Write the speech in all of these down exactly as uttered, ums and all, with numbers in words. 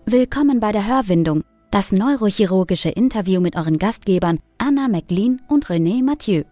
Willkommen bei der Hörwindung, das neurochirurgische Interview mit euren Gastgebern Anna McLean und René Mathieu.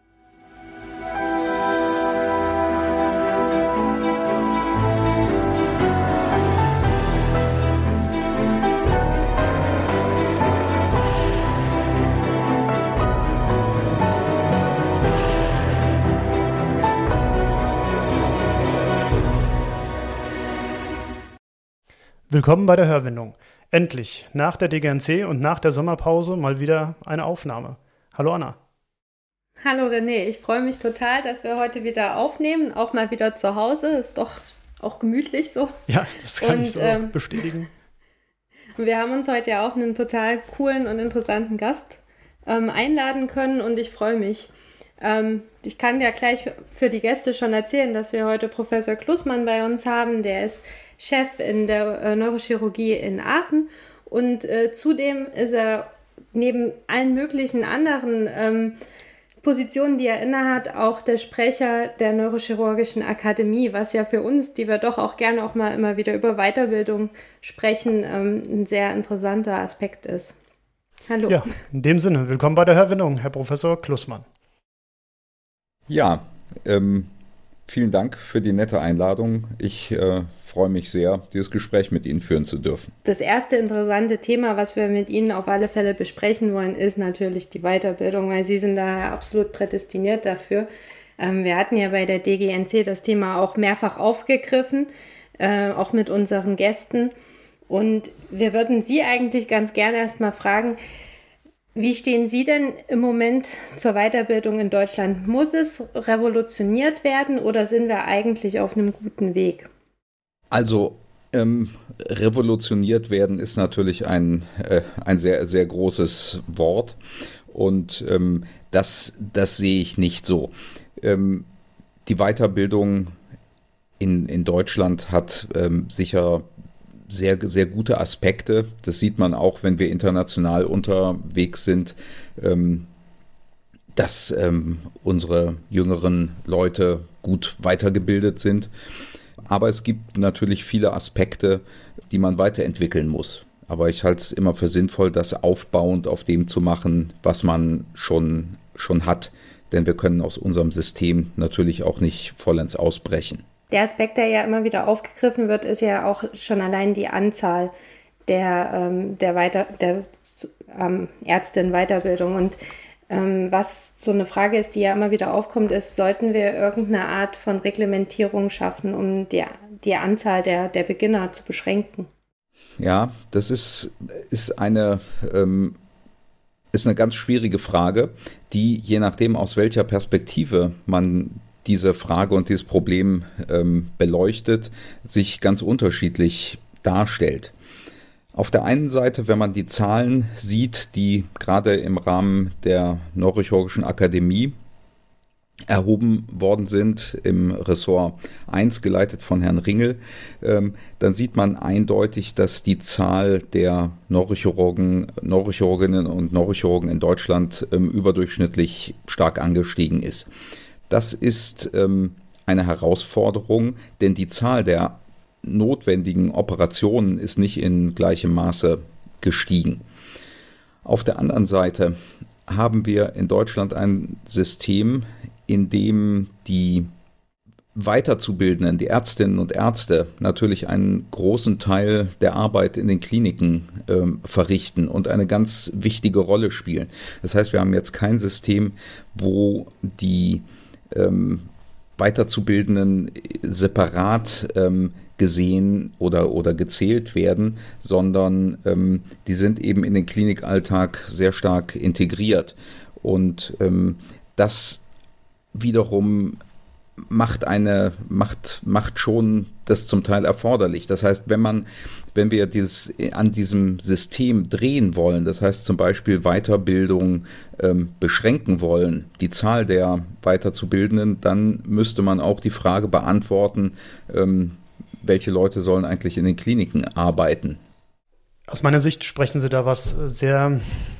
Willkommen bei der Hörwindung. Endlich, nach der D G N C und nach der Sommerpause mal wieder eine Aufnahme. Hallo Anna. Hallo René, ich freue mich total, dass wir heute wieder aufnehmen, auch mal wieder zu Hause. Ist doch auch gemütlich so. Ja, das kann und, ich so ähm, bestätigen. Wir haben uns heute ja auch einen total coolen und interessanten Gast ähm, einladen können und ich freue mich. Ähm, ich kann ja gleich für die Gäste schon erzählen, dass wir heute Professor Klussmann bei uns haben, der ist Chef in der äh, Neurochirurgie in Aachen und äh, zudem ist er neben allen möglichen anderen ähm, Positionen, die er innehat, auch der Sprecher der Neurochirurgischen Akademie, was ja für uns, die wir doch auch gerne auch mal immer wieder über Weiterbildung sprechen, ähm, ein sehr interessanter Aspekt ist. Hallo. Ja, in dem Sinne, willkommen bei der Hörwindung, Herr Professor Klussmann. Ja, ähm, vielen Dank für die nette Einladung. Ich äh, freue mich sehr, dieses Gespräch mit Ihnen führen zu dürfen. Das erste interessante Thema, was wir mit Ihnen auf alle Fälle besprechen wollen, ist natürlich die Weiterbildung, weil Sie sind da absolut prädestiniert dafür. Ähm, wir hatten ja bei der D G N C das Thema auch mehrfach aufgegriffen, äh, auch mit unseren Gästen. Und wir würden Sie eigentlich ganz gerne erstmal fragen, wie stehen Sie denn im Moment zur Weiterbildung in Deutschland? Muss es revolutioniert werden oder sind wir eigentlich auf einem guten Weg? Also ähm, revolutioniert werden ist natürlich ein, äh, ein sehr, sehr großes Wort und ähm, das, das sehe ich nicht so. Ähm, die Weiterbildung in, in Deutschland hat ähm, sicher sehr, sehr gute Aspekte. Das sieht man auch, wenn wir international unterwegs sind, ähm, dass ähm, unsere jüngeren Leute gut weitergebildet sind. Aber es gibt natürlich viele Aspekte, die man weiterentwickeln muss. Aber ich halte es immer für sinnvoll, das aufbauend auf dem zu machen, was man schon, schon hat. Denn wir können aus unserem System natürlich auch nicht vollends ausbrechen. Der Aspekt, der ja immer wieder aufgegriffen wird, ist ja auch schon allein die Anzahl der, ähm, der, Weiter-, der ähm, Ärzte in Weiterbildung. Und ähm, was so eine Frage ist, die ja immer wieder aufkommt, ist, sollten wir irgendeine Art von Reglementierung schaffen, um die, die Anzahl der, der Beginner zu beschränken? Ja, das ist, ist eine... Ähm ist eine ganz schwierige Frage, die je nachdem, aus welcher Perspektive man diese Frage und dieses Problem ähm, beleuchtet, sich ganz unterschiedlich darstellt. Auf der einen Seite, wenn man die Zahlen sieht, die gerade im Rahmen der Neurochirurgischen Akademie erhoben worden sind, im Ressort eins, geleitet von Herrn Ringel, ähm, dann sieht man eindeutig, dass die Zahl der Neurochirurgen, Neurochirurginnen und Neurochirurgen in Deutschland ähm, überdurchschnittlich stark angestiegen ist. Das ist ähm, eine Herausforderung, denn die Zahl der notwendigen Operationen ist nicht in gleichem Maße gestiegen. Auf der anderen Seite haben wir in Deutschland ein System, in dem die Weiterzubildenden, die Ärztinnen und Ärzte, natürlich einen großen Teil der Arbeit in den Kliniken ähm, verrichten und eine ganz wichtige Rolle spielen. Das heißt, wir haben jetzt kein System, wo die ähm, Weiterzubildenden separat ähm, gesehen oder, oder gezählt werden, sondern ähm, die sind eben in den Klinikalltag sehr stark integriert. Und ähm, das wiederum macht eine, macht, macht schon das zum Teil erforderlich. Das heißt, wenn man, wenn wir dieses, an diesem System drehen wollen, das heißt zum Beispiel Weiterbildung ähm, beschränken wollen, die Zahl der Weiterzubildenden, dann müsste man auch die Frage beantworten, ähm, welche Leute sollen eigentlich in den Kliniken arbeiten. Aus meiner Sicht sprechen Sie da was sehr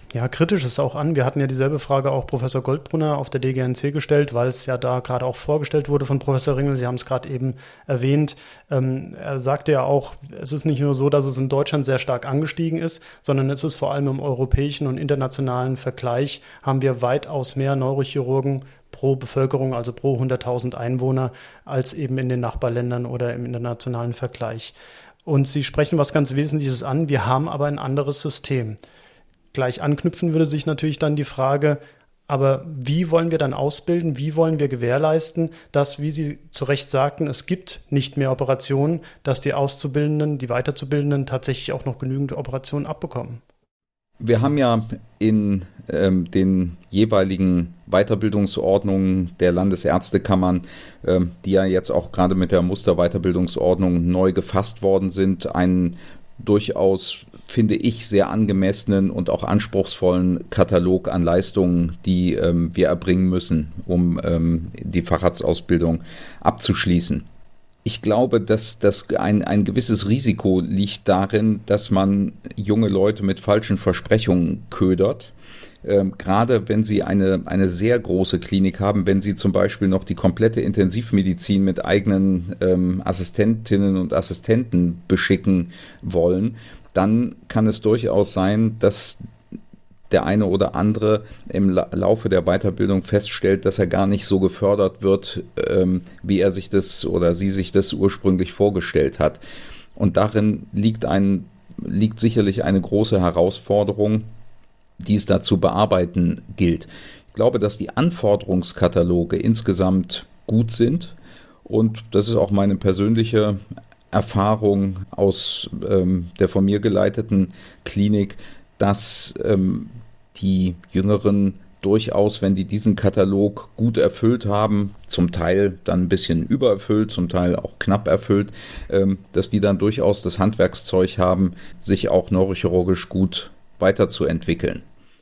Ja, kritisch ist auch an. Wir hatten ja dieselbe Frage auch Professor Goldbrunner auf der D G N C gestellt, weil es ja da gerade auch vorgestellt wurde von Professor Ringel. Sie haben es gerade eben erwähnt. Ähm, er sagte ja auch, es ist nicht nur so, dass es in Deutschland sehr stark angestiegen ist, sondern es ist vor allem im europäischen und internationalen Vergleich haben wir weitaus mehr Neurochirurgen pro Bevölkerung, also pro hunderttausend Einwohner, als eben in den Nachbarländern oder im internationalen Vergleich. Und Sie sprechen was ganz Wesentliches an. Wir haben aber ein anderes System. Gleich anknüpfen würde sich natürlich dann die Frage, aber wie wollen wir dann ausbilden, wie wollen wir gewährleisten, dass, wie Sie zu Recht sagten, es gibt nicht mehr Operationen, dass die Auszubildenden, die Weiterzubildenden tatsächlich auch noch genügend Operationen abbekommen? Wir haben ja in ähm, den jeweiligen Weiterbildungsordnungen der Landesärztekammern, ähm, die ja jetzt auch gerade mit der Musterweiterbildungsordnung neu gefasst worden sind, einen durchaus, finde ich, sehr angemessenen und auch anspruchsvollen Katalog an Leistungen, die ähm, wir erbringen müssen, um ähm, die Facharztausbildung abzuschließen. Ich glaube, dass, dass ein, ein gewisses Risiko liegt darin, dass man junge Leute mit falschen Versprechungen ködert. Ähm, gerade wenn sie eine, eine sehr große Klinik haben, wenn sie zum Beispiel noch die komplette Intensivmedizin mit eigenen ähm, Assistentinnen und Assistenten beschicken wollen, dann kann es durchaus sein, dass der eine oder andere im La- Laufe der Weiterbildung feststellt, dass er gar nicht so gefördert wird, ähm, wie er sich das oder sie sich das ursprünglich vorgestellt hat. Und darin liegt, ein, liegt sicherlich eine große Herausforderung, die es da zu bearbeiten gilt. Ich glaube, dass die Anforderungskataloge insgesamt gut sind und das ist auch meine persönliche Erfahrung aus ähm, der von mir geleiteten Klinik, dass ähm, die Jüngeren durchaus, wenn die diesen Katalog gut erfüllt haben, zum Teil dann ein bisschen übererfüllt, zum Teil auch knapp erfüllt, ähm, dass die dann durchaus das Handwerkszeug haben, sich auch neurochirurgisch gut weiterzuentwickeln.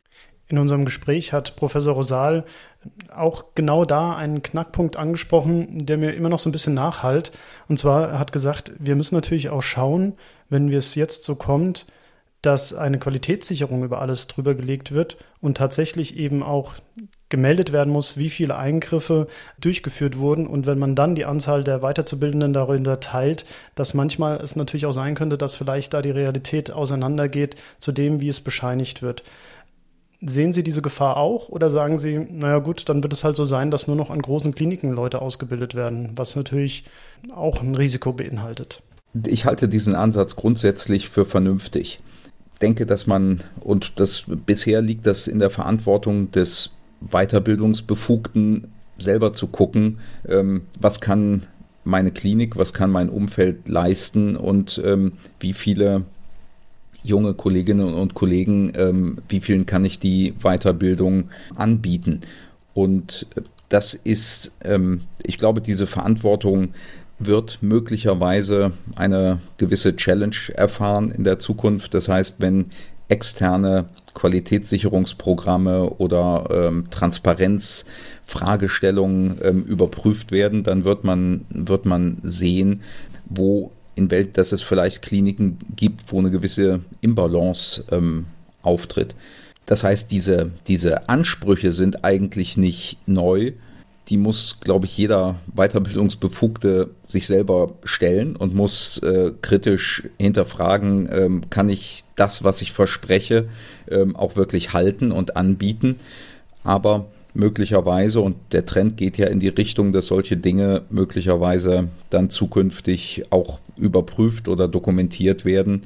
In unserem Gespräch hat Professor Rosal auch genau da einen Knackpunkt angesprochen, der mir immer noch so ein bisschen nachhallt. Und zwar er hat gesagt, wir müssen natürlich auch schauen, wenn es jetzt so kommt, dass eine Qualitätssicherung über alles drüber gelegt wird und tatsächlich eben auch gemeldet werden muss, wie viele Eingriffe durchgeführt wurden. Und wenn man dann die Anzahl der Weiterzubildenden darunter teilt, dass manchmal es natürlich auch sein könnte, dass vielleicht da die Realität auseinandergeht zu dem, wie es bescheinigt wird. Sehen Sie diese Gefahr auch oder sagen Sie, naja gut, dann wird es halt so sein, dass nur noch an großen Kliniken Leute ausgebildet werden, was natürlich auch ein Risiko beinhaltet? Ich halte diesen Ansatz grundsätzlich für vernünftig. Ich denke, dass man, und das bisher liegt das in der Verantwortung des Weiterbildungsbefugten, selber zu gucken, ähm, was kann meine Klinik, was kann mein Umfeld leisten und ähm, wie viele junge Kolleginnen und Kollegen, ähm, wie vielen kann ich die Weiterbildung anbieten. Und das ist, ähm, ich glaube, diese Verantwortung wird möglicherweise eine gewisse Challenge erfahren in der Zukunft. Das heißt, wenn externe Qualitätssicherungsprogramme oder ähm, Transparenzfragestellungen ähm, überprüft werden, dann wird man, wird man sehen, wo in Welt, dass es vielleicht Kliniken gibt, wo eine gewisse Imbalance ähm, auftritt. Das heißt, diese, diese Ansprüche sind eigentlich nicht neu. Die muss, glaube ich, jeder Weiterbildungsbefugte sich selber stellen und muss äh, kritisch hinterfragen, ähm, kann ich das, was ich verspreche, ähm, auch wirklich halten und anbieten. Aber möglicherweise, und der Trend geht ja in die Richtung, dass solche Dinge möglicherweise dann zukünftig auch überprüft oder dokumentiert werden.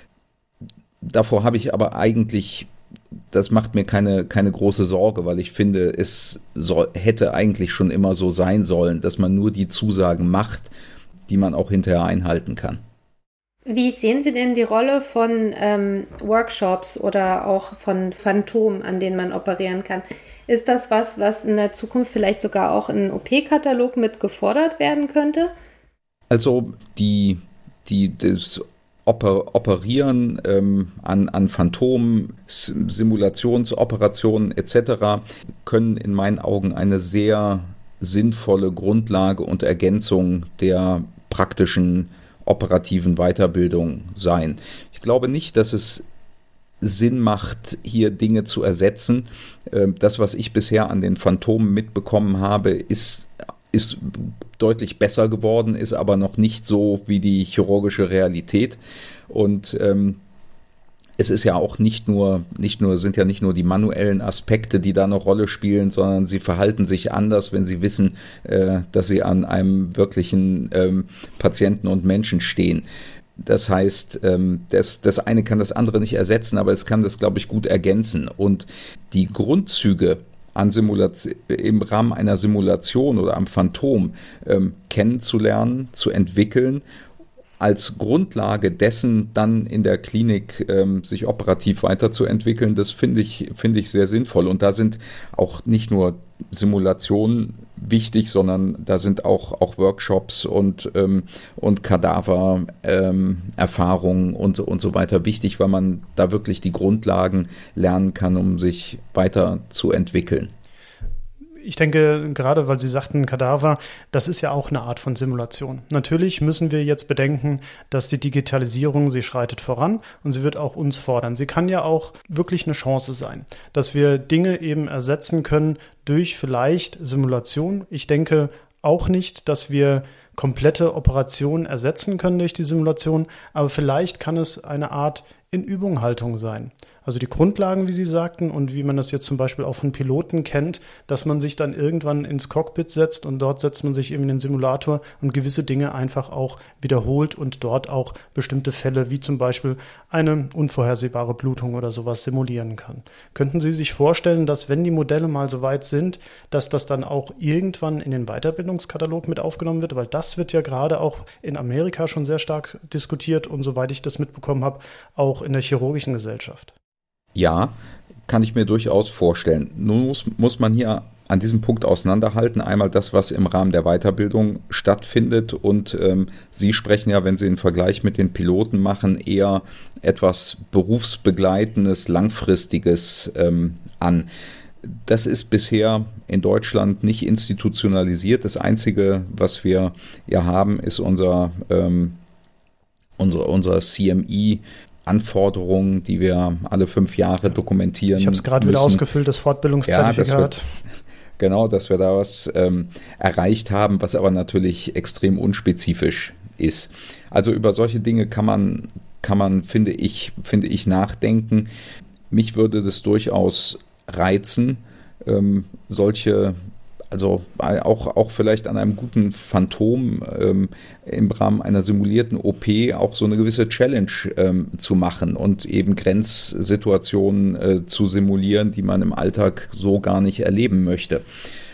Davor habe ich aber eigentlich, das macht mir keine, keine große Sorge, weil ich finde, es soll, hätte eigentlich schon immer so sein sollen, dass man nur die Zusagen macht, die man auch hinterher einhalten kann. Wie sehen Sie denn die Rolle von ähm, Workshops oder auch von Phantomen, an denen man operieren kann? Ist das was, was in der Zukunft vielleicht sogar auch in O P-Katalog mit gefordert werden könnte? Also die, die, das Oper, Operieren ähm, an, an Phantomen, Simulationsoperationen et cetera können in meinen Augen eine sehr sinnvolle Grundlage und Ergänzung der praktischen operativen Weiterbildung sein. Ich glaube nicht, dass es Sinn macht, hier Dinge zu ersetzen. Das, was ich bisher an den Phantomen mitbekommen habe, ist, ist deutlich besser geworden, ist aber noch nicht so wie die chirurgische Realität. Und ähm, es ist ja auch nicht nur, nicht nur, sind ja nicht nur die manuellen Aspekte, die da eine Rolle spielen, sondern sie verhalten sich anders, wenn sie wissen, äh, dass sie an einem wirklichen ähm, Patienten und Menschen stehen. Das heißt, das, das eine kann das andere nicht ersetzen, aber es kann das, glaube ich, gut ergänzen. Und die Grundzüge an Simulation, im Rahmen einer Simulation oder am Phantom ähm, kennenzulernen, zu entwickeln, als Grundlage dessen dann in der Klinik ähm, sich operativ weiterzuentwickeln, das finde ich, finde ich sehr sinnvoll. Und da sind auch nicht nur Simulationen wichtig, sondern da sind auch, auch Workshops und, ähm, und Kadaver-Erfahrungen ähm, und, und so weiter wichtig, weil man da wirklich die Grundlagen lernen kann, um sich weiterzuentwickeln. Ich denke, gerade weil Sie sagten Kadaver, das ist ja auch eine Art von Simulation. Natürlich müssen wir jetzt bedenken, dass die Digitalisierung, sie schreitet voran und sie wird auch uns fordern. Sie kann ja auch wirklich eine Chance sein, dass wir Dinge eben ersetzen können durch vielleicht Simulation. Ich denke auch nicht, dass wir komplette Operationen ersetzen können durch die Simulation, aber vielleicht kann es eine Art In-Übung-Haltung sein. Also die Grundlagen, wie Sie sagten, und wie man das jetzt zum Beispiel auch von Piloten kennt, dass man sich dann irgendwann ins Cockpit setzt und dort setzt man sich eben in den Simulator und gewisse Dinge einfach auch wiederholt und dort auch bestimmte Fälle, wie zum Beispiel eine unvorhersehbare Blutung oder sowas simulieren kann. Könnten Sie sich vorstellen, dass wenn die Modelle mal so weit sind, dass das dann auch irgendwann in den Weiterbildungskatalog mit aufgenommen wird? Weil das wird ja gerade auch in Amerika schon sehr stark diskutiert und soweit ich das mitbekommen habe, auch in der chirurgischen Gesellschaft. Ja, kann ich mir durchaus vorstellen. Nun muss, muss man hier an diesem Punkt auseinanderhalten. Einmal das, was im Rahmen der Weiterbildung stattfindet. Und ähm, Sie sprechen ja, wenn Sie einen Vergleich mit den Piloten machen, eher etwas Berufsbegleitendes, Langfristiges ähm, an. Das ist bisher in Deutschland nicht institutionalisiert. Das Einzige, was wir ja haben, ist unser, ähm, unser, unser C M I, Anforderungen, die wir alle fünf Jahre dokumentieren. Ich habe es gerade wieder ausgefüllt, das Fortbildungszertifikat. Ja, dass wir, genau, dass wir da was ähm, erreicht haben, was aber natürlich extrem unspezifisch ist. Also über solche Dinge kann man, kann man, finde ich, finde ich, nachdenken. Mich würde das durchaus reizen, ähm, solche, also auch, auch vielleicht an einem guten Phantom ähm, im Rahmen einer simulierten O P auch so eine gewisse Challenge ähm, zu machen und eben Grenzsituationen äh, zu simulieren, die man im Alltag so gar nicht erleben möchte.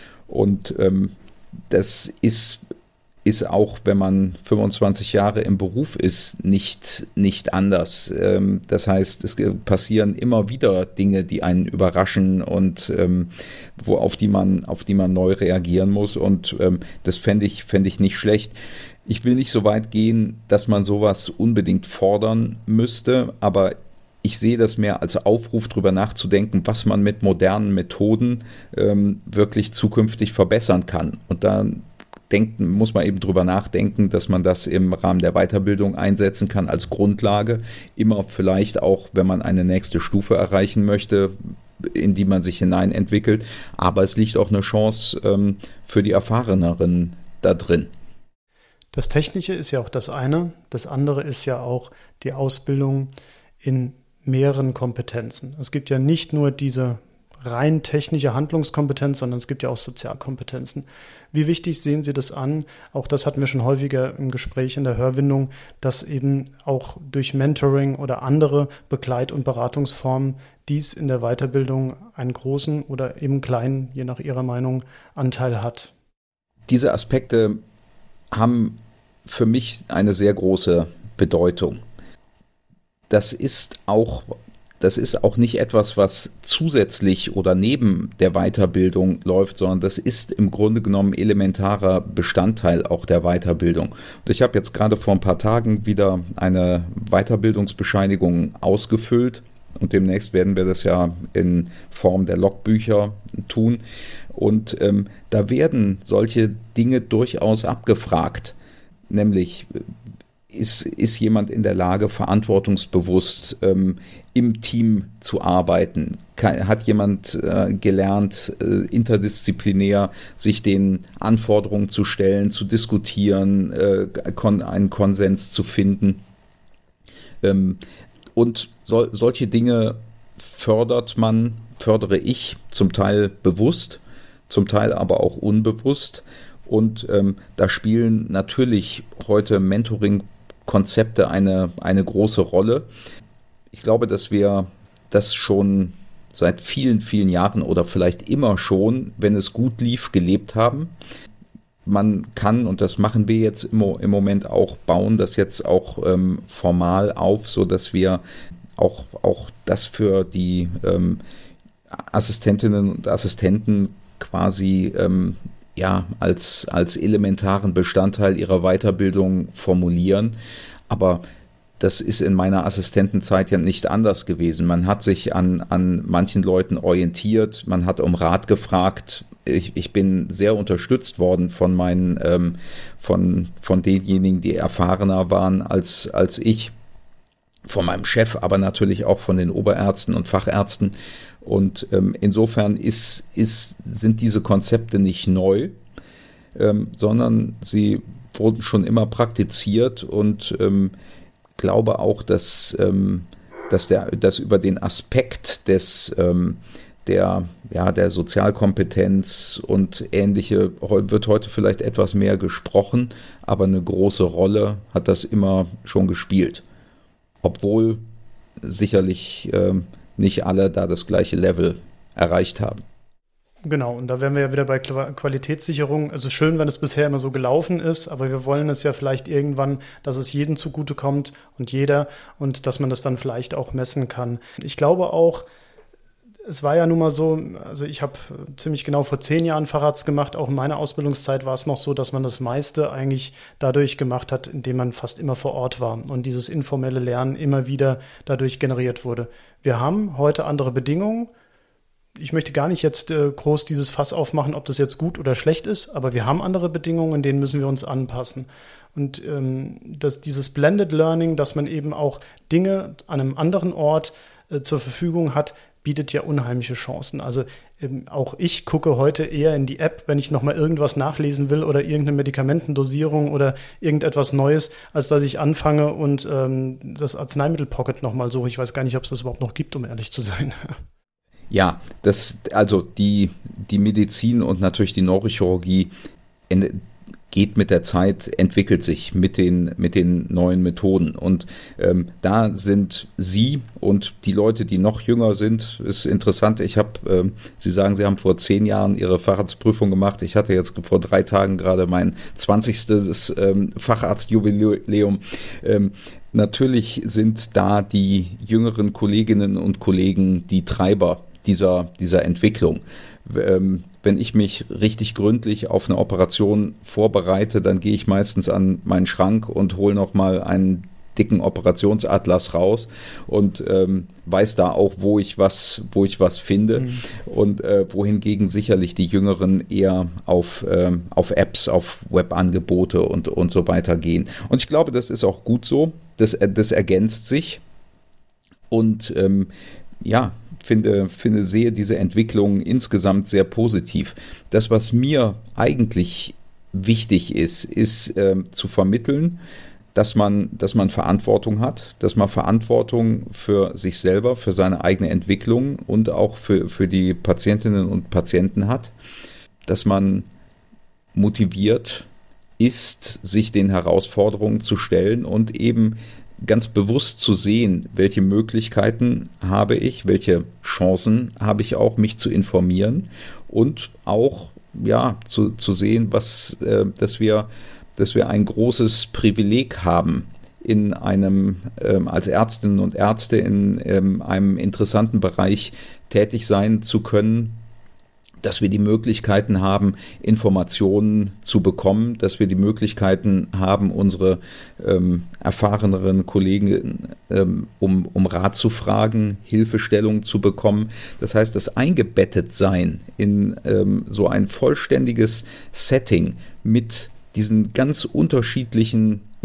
Und ähm, das ist ist auch, wenn man fünfundzwanzig Jahre im Beruf ist, nicht, nicht anders. Ähm, das heißt, es passieren immer wieder Dinge, die einen überraschen und ähm, wo, auf die man, auf die man neu reagieren muss. Und ähm, das fände ich, fände ich nicht schlecht. Ich will nicht so weit gehen, dass man sowas unbedingt fordern müsste, aber ich sehe das mehr als Aufruf, darüber nachzudenken, was man mit modernen Methoden ähm, wirklich zukünftig verbessern kann. Und dann Denken, muss man eben drüber nachdenken, dass man das im Rahmen der Weiterbildung einsetzen kann als Grundlage. Immer vielleicht auch, wenn man eine nächste Stufe erreichen möchte, in die man sich hineinentwickelt. Aber es liegt auch eine Chance ähm, für die Erfahreneren da drin. Das Technische ist ja auch das eine. Das andere ist ja auch die Ausbildung in mehreren Kompetenzen. Es gibt ja nicht nur diese rein technische Handlungskompetenz, sondern es gibt ja auch Sozialkompetenzen. Wie wichtig sehen Sie das an? Auch das hatten wir schon häufiger im Gespräch in der Hörwindung, dass eben auch durch Mentoring oder andere Begleit- und Beratungsformen dies in der Weiterbildung einen großen oder eben kleinen, je nach Ihrer Meinung, Anteil hat. Diese Aspekte haben für mich eine sehr große Bedeutung. Das ist auch Das ist auch nicht etwas, was zusätzlich oder neben der Weiterbildung läuft, sondern das ist im Grunde genommen elementarer Bestandteil auch der Weiterbildung. Und ich habe jetzt gerade vor ein paar Tagen wieder eine Weiterbildungsbescheinigung ausgefüllt und demnächst werden wir das ja in Form der Logbücher tun. Und ähm, da werden solche Dinge durchaus abgefragt, nämlich ist, ist jemand in der Lage, verantwortungsbewusst ähm, im Team zu arbeiten? Kann, hat jemand äh, gelernt, äh, interdisziplinär sich den Anforderungen zu stellen, zu diskutieren, äh, kon- einen Konsens zu finden? Ähm, und so, solche Dinge fördert man, fördere ich zum Teil bewusst, zum Teil aber auch unbewusst. Und ähm, da spielen natürlich heute Mentoring-Konzepte eine, eine große Rolle. Ich glaube, dass wir das schon seit vielen, vielen Jahren oder vielleicht immer schon, wenn es gut lief, gelebt haben. Man kann, und das machen wir jetzt im, im Moment auch, bauen das jetzt auch ähm, formal auf, sodass wir auch, auch das für die ähm, Assistentinnen und Assistenten quasi ähm, ja, als, als elementaren Bestandteil ihrer Weiterbildung formulieren. Aber das ist in meiner Assistentenzeit ja nicht anders gewesen. Man hat sich an, an manchen Leuten orientiert, man hat um Rat gefragt. Ich, ich bin sehr unterstützt worden von meinen, ähm, von, von denjenigen, die erfahrener waren als, als ich, von meinem Chef, aber natürlich auch von den Oberärzten und Fachärzten. Und ähm, insofern ist, ist, sind diese Konzepte nicht neu, ähm, sondern sie wurden schon immer praktiziert und ähm, glaube auch, dass, ähm, dass, der, dass über den Aspekt des, ähm, der, ja, der Sozialkompetenz und ähnliche wird heute vielleicht etwas mehr gesprochen, aber eine große Rolle hat das immer schon gespielt. Obwohl sicherlich ähm, nicht alle da das gleiche Level erreicht haben. Genau, und da wären wir ja wieder bei Qualitätssicherung. Also schön, wenn es bisher immer so gelaufen ist, aber wir wollen es ja vielleicht irgendwann, dass es jedem zugutekommt und jeder und dass man das dann vielleicht auch messen kann. Ich glaube auch, es war ja nun mal so, also ich habe ziemlich genau vor zehn Jahren Facharzt gemacht, auch in meiner Ausbildungszeit war es noch so, dass man das meiste eigentlich dadurch gemacht hat, indem man fast immer vor Ort war und dieses informelle Lernen immer wieder dadurch generiert wurde. Wir haben heute andere Bedingungen. Ich möchte gar nicht jetzt äh, groß dieses Fass aufmachen, ob das jetzt gut oder schlecht ist, aber wir haben andere Bedingungen, in denen müssen wir uns anpassen. Und ähm, dass dieses Blended Learning, dass man eben auch Dinge an einem anderen Ort äh, zur Verfügung hat, bietet ja unheimliche Chancen. Also ähm, auch ich gucke heute eher in die App, wenn ich nochmal irgendwas nachlesen will oder irgendeine Medikamentendosierung oder irgendetwas Neues, als dass ich anfange und ähm, das Arzneimittel-Pocket nochmal suche. Ich weiß gar nicht, ob es das überhaupt noch gibt, um ehrlich zu sein. Ja, das, also die, die Medizin und natürlich die Neurochirurgie in, geht mit der Zeit, entwickelt sich mit den, mit den neuen Methoden. Und ähm, da sind Sie und die Leute, die noch jünger sind, ist interessant. Ich habe, ähm, Sie sagen, Sie haben vor zehn Jahren Ihre Facharztprüfung gemacht. Ich hatte jetzt vor drei Tagen gerade mein zwanzigstes Ähm, Facharztjubiläum. Ähm, natürlich sind da die jüngeren Kolleginnen und Kollegen die Treiber dieser, dieser Entwicklung. Ähm, wenn ich mich richtig gründlich auf eine Operation vorbereite, dann gehe ich meistens an meinen Schrank und hole nochmal einen dicken Operationsatlas raus und ähm, weiß da auch, wo ich was, wo ich was finde. Mhm. Und äh, wohingegen sicherlich die Jüngeren eher auf, ähm, auf Apps, auf Webangebote und, und so weiter gehen. Und ich glaube, das ist auch gut so. Das, das ergänzt sich. Und ähm, ja, finde, finde, sehe diese Entwicklung insgesamt sehr positiv. Das, was mir eigentlich wichtig ist, ist äh, zu vermitteln, dass man, dass man Verantwortung hat, dass man Verantwortung für sich selber, für seine eigene Entwicklung und auch für, für die Patientinnen und Patienten hat, dass man motiviert ist, sich den Herausforderungen zu stellen und eben ganz bewusst zu sehen, welche Möglichkeiten habe ich, welche Chancen habe ich auch, mich zu informieren und auch ja, zu, zu sehen, was, äh, dass wir, dass wir ein großes Privileg haben, in einem, ähm, als Ärztinnen und Ärzte in ähm, einem interessanten Bereich tätig sein zu können, dass wir die Möglichkeiten haben, Informationen zu bekommen, dass wir die Möglichkeiten haben, unsere ähm, erfahreneren Kollegen ähm, um, um Rat zu fragen, Hilfestellung zu bekommen. Das heißt, das Eingebettetsein in ähm, so ein vollständiges Setting mit diesen ganz unterschiedlichen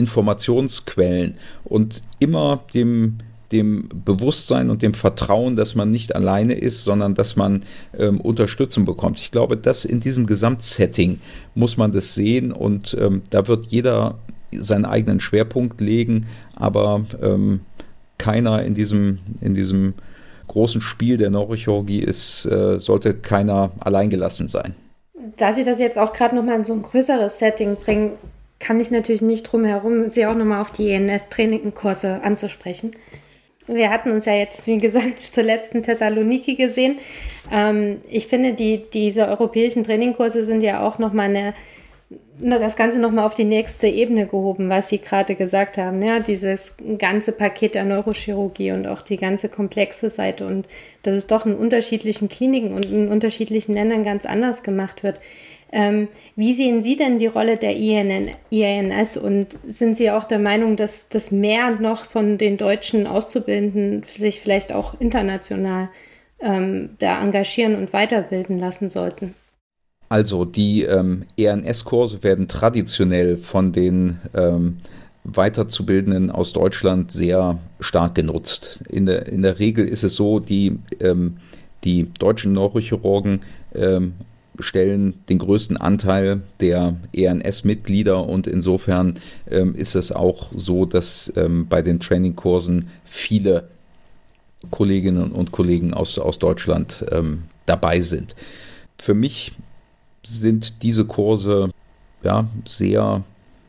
Informationsquellen und immer dem dem Bewusstsein und dem Vertrauen, dass man nicht alleine ist, sondern dass man ähm, Unterstützung bekommt. Ich glaube, dass in diesem Gesamtsetting muss man das sehen und ähm, da wird jeder seinen eigenen Schwerpunkt legen, aber ähm, keiner in diesem, in diesem großen Spiel der Neurochirurgie ist, äh, sollte keiner alleingelassen sein. Da Sie das jetzt auch gerade nochmal in so ein größeres Setting bringen, kann ich natürlich nicht drum herum, Sie auch nochmal auf die E N S-Trainingkurse anzusprechen. Wir hatten uns ja jetzt, wie gesagt, zur letzten Thessaloniki gesehen. Ähm, ich finde, die, diese europäischen Trainingkurse sind ja auch nochmal eine, das Ganze nochmal auf die nächste Ebene gehoben, was Sie gerade gesagt haben. Ja, dieses ganze Paket der Neurochirurgie und auch die ganze komplexe Seite und dass es doch in unterschiedlichen Kliniken und in unterschiedlichen Ländern ganz anders gemacht wird. Ähm, wie sehen Sie denn die Rolle der I A N S und sind Sie auch der Meinung, dass das mehr noch von den deutschen Auszubildenden sich vielleicht auch international ähm, da engagieren und weiterbilden lassen sollten? Also die ähm, E A N S-Kurse werden traditionell von den ähm, Weiterzubildenden aus Deutschland sehr stark genutzt. In der, in der Regel ist es so, die, ähm, die deutschen Neurochirurgen ähm, stellen den größten Anteil der E A N S-Mitglieder und insofern ähm, ist es auch so, dass ähm, bei den Trainingkursen viele Kolleginnen und Kollegen aus, aus Deutschland ähm, dabei sind. Für mich sind diese Kurse ja sehr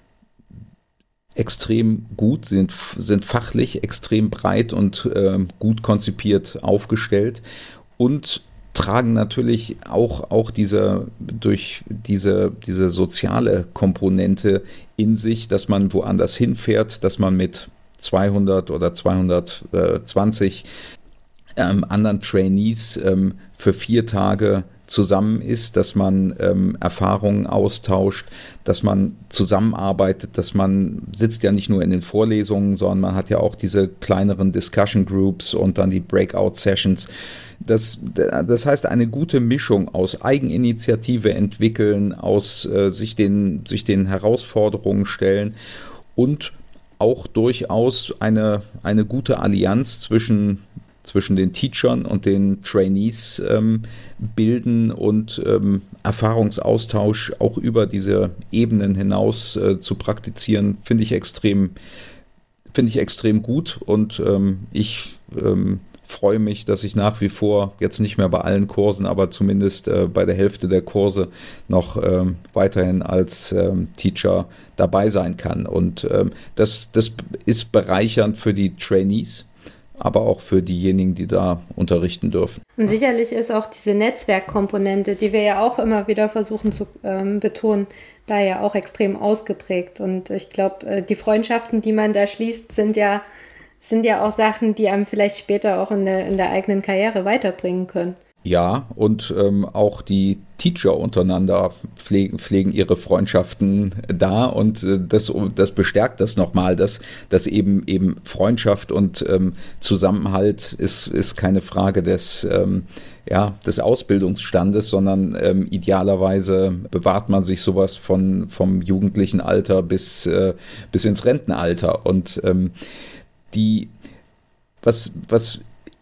extrem gut, sind, sind fachlich extrem breit und äh, gut konzipiert aufgestellt und tragen natürlich auch, auch diese, durch diese, diese soziale Komponente in sich, dass man woanders hinfährt, dass man mit zweihundert oder zweihundertzwanzig ähm, anderen Trainees ähm, für vier Tage zusammen ist, dass man ähm, Erfahrungen austauscht, dass man zusammenarbeitet, dass man sitzt ja nicht nur in den Vorlesungen, sondern man hat ja auch diese kleineren Discussion Groups und dann die Breakout Sessions. Das, das heißt, eine gute Mischung aus Eigeninitiative entwickeln, aus äh, sich, den, sich den Herausforderungen stellen und auch durchaus eine, eine gute Allianz zwischen zwischen den Teachern und den Trainees ähm, bilden und ähm, Erfahrungsaustausch auch über diese Ebenen hinaus äh, zu praktizieren, finde ich extrem, finde ich extrem gut und ähm, ich ähm, freue mich, dass ich nach wie vor jetzt nicht mehr bei allen Kursen, aber zumindest äh, bei der Hälfte der Kurse noch ähm, weiterhin als ähm, Teacher dabei sein kann und ähm, das, das ist bereichernd für die Trainees, aber auch für diejenigen, die da unterrichten dürfen. Und sicherlich ist auch diese Netzwerkkomponente, die wir ja auch immer wieder versuchen zu ähm, betonen, da ja auch extrem ausgeprägt. Und ich glaube, äh, die Freundschaften, die man da schließt, sind ja, sind ja auch Sachen, die einem vielleicht später auch in der, in der eigenen Karriere weiterbringen können. Ja, und ähm, auch die Teacher untereinander pflegen, pflegen ihre Freundschaften da und äh, das, das bestärkt das nochmal, dass, dass eben, eben Freundschaft und ähm, Zusammenhalt ist, ist keine Frage des, ähm, ja, des Ausbildungsstandes, sondern ähm, idealerweise bewahrt man sich sowas von, vom jugendlichen Alter bis, äh, bis ins Rentenalter. Und ähm, die, was, was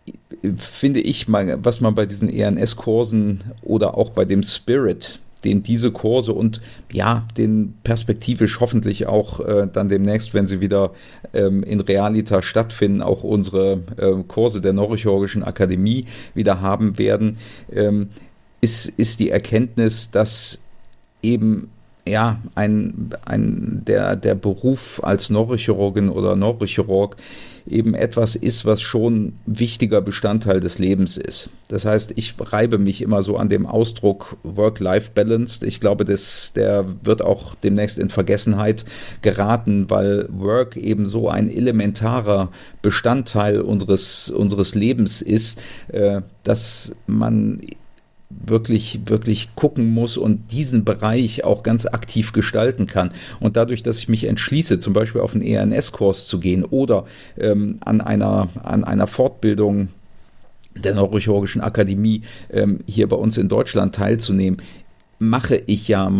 finde ich mal, was man bei diesen E A N S-Kursen oder auch bei dem Spirit, den diese Kurse und ja, den perspektivisch hoffentlich auch äh, dann demnächst, wenn sie wieder ähm, in Realita stattfinden, auch unsere äh, Kurse der Neurochirurgischen Akademie wieder haben werden, ähm, ist, ist die Erkenntnis, dass eben ja, ein, ein, der, der Beruf als Neurochirurgin oder Neurochirurg eben etwas ist, was schon wichtiger Bestandteil des Lebens ist. Das heißt, ich reibe mich immer so an dem Ausdruck Work-Life-Balance. Ich glaube, das, der wird auch demnächst in Vergessenheit geraten, weil Work eben so ein elementarer Bestandteil unseres, unseres Lebens ist, äh, dass man wirklich, wirklich gucken muss und diesen Bereich auch ganz aktiv gestalten kann. Und dadurch, dass ich mich entschließe, zum Beispiel auf einen E A N S-Kurs zu gehen oder ähm, an einer, an einer Fortbildung der Neurochirurgischen Akademie ähm, hier bei uns in Deutschland teilzunehmen, mache ich ja meine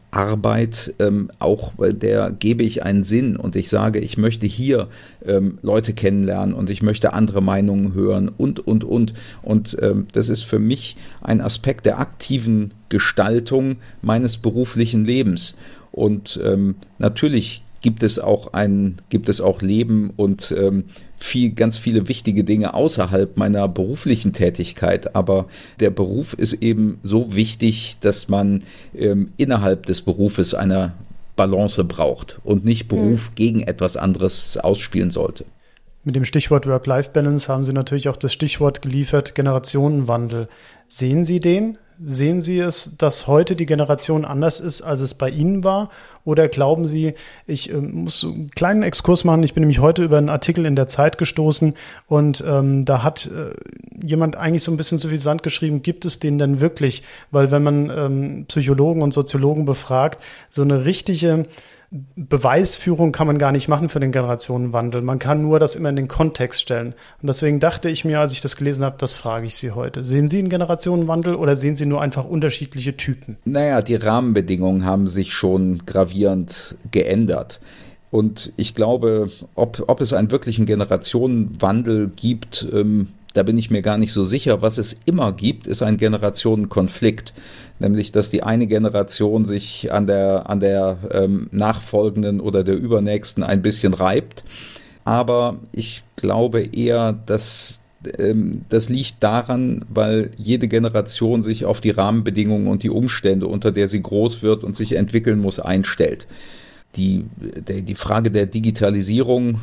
Arbeit ähm, auch, der gebe ich einen Sinn und ich sage, ich möchte hier ähm, Leute kennenlernen und ich möchte andere Meinungen hören und, und, und. Und ähm, das ist für mich ein Aspekt der aktiven Gestaltung meines beruflichen Lebens. Und ähm, natürlich gibt es auch ein, gibt es auch Leben und ähm, viel, ganz viele wichtige Dinge außerhalb meiner beruflichen Tätigkeit. Aber der Beruf ist eben so wichtig, dass man ähm, innerhalb des Berufes eine Balance braucht und nicht Beruf mhm. gegen etwas anderes ausspielen sollte. Mit dem Stichwort Work-Life-Balance haben Sie natürlich auch das Stichwort geliefert, Generationenwandel. Sehen Sie den? Sehen Sie es, dass heute die Generation anders ist, als es bei Ihnen war? Oder glauben Sie, ich äh, muss einen kleinen Exkurs machen, ich bin nämlich heute über einen Artikel in der Zeit gestoßen und ähm, da hat äh, jemand eigentlich so ein bisschen zu viel Sand geschrieben, gibt es den denn wirklich? Weil wenn man ähm, Psychologen und Soziologen befragt, so eine richtige Beweisführung kann man gar nicht machen für den Generationenwandel. Man kann nur das immer in den Kontext stellen. Und deswegen dachte ich mir, als ich das gelesen habe, das frage ich Sie heute. Sehen Sie einen Generationenwandel oder sehen Sie nur einfach unterschiedliche Typen? Naja, die Rahmenbedingungen haben sich schon gravierend geändert. Und ich glaube, ob, ob es einen wirklichen Generationenwandel gibt, ähm, da bin ich mir gar nicht so sicher. Was es immer gibt, ist ein Generationenkonflikt. Nämlich, dass die eine Generation sich an der, an der ähm, nachfolgenden oder der übernächsten ein bisschen reibt. Aber ich glaube eher, dass ähm, das liegt daran, weil jede Generation sich auf die Rahmenbedingungen und die Umstände, unter der sie groß wird und sich entwickeln muss, einstellt. Die, die, die Frage der Digitalisierung,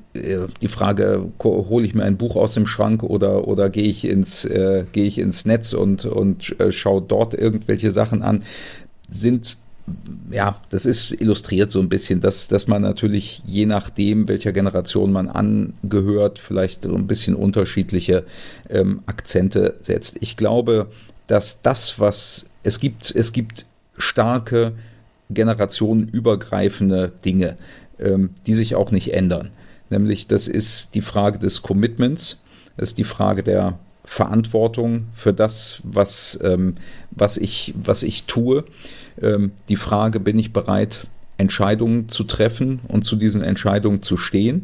die Frage, hole ich mir ein Buch aus dem Schrank oder, oder gehe ich ins, äh, gehe ich ins Netz und, und äh, schaue dort irgendwelche Sachen an, sind, ja, das ist illustriert so ein bisschen, dass, dass man natürlich je nachdem, welcher Generation man angehört, vielleicht so ein bisschen unterschiedliche ähm, Akzente setzt. Ich glaube, dass das, was es gibt, es gibt starke generationenübergreifende Dinge, ähm, die sich auch nicht ändern. Nämlich, das ist die Frage des Commitments, das ist die Frage der Verantwortung für das, was, ähm, was, ich, was ich tue. Ähm, die Frage, bin ich bereit, Entscheidungen zu treffen und zu diesen Entscheidungen zu stehen?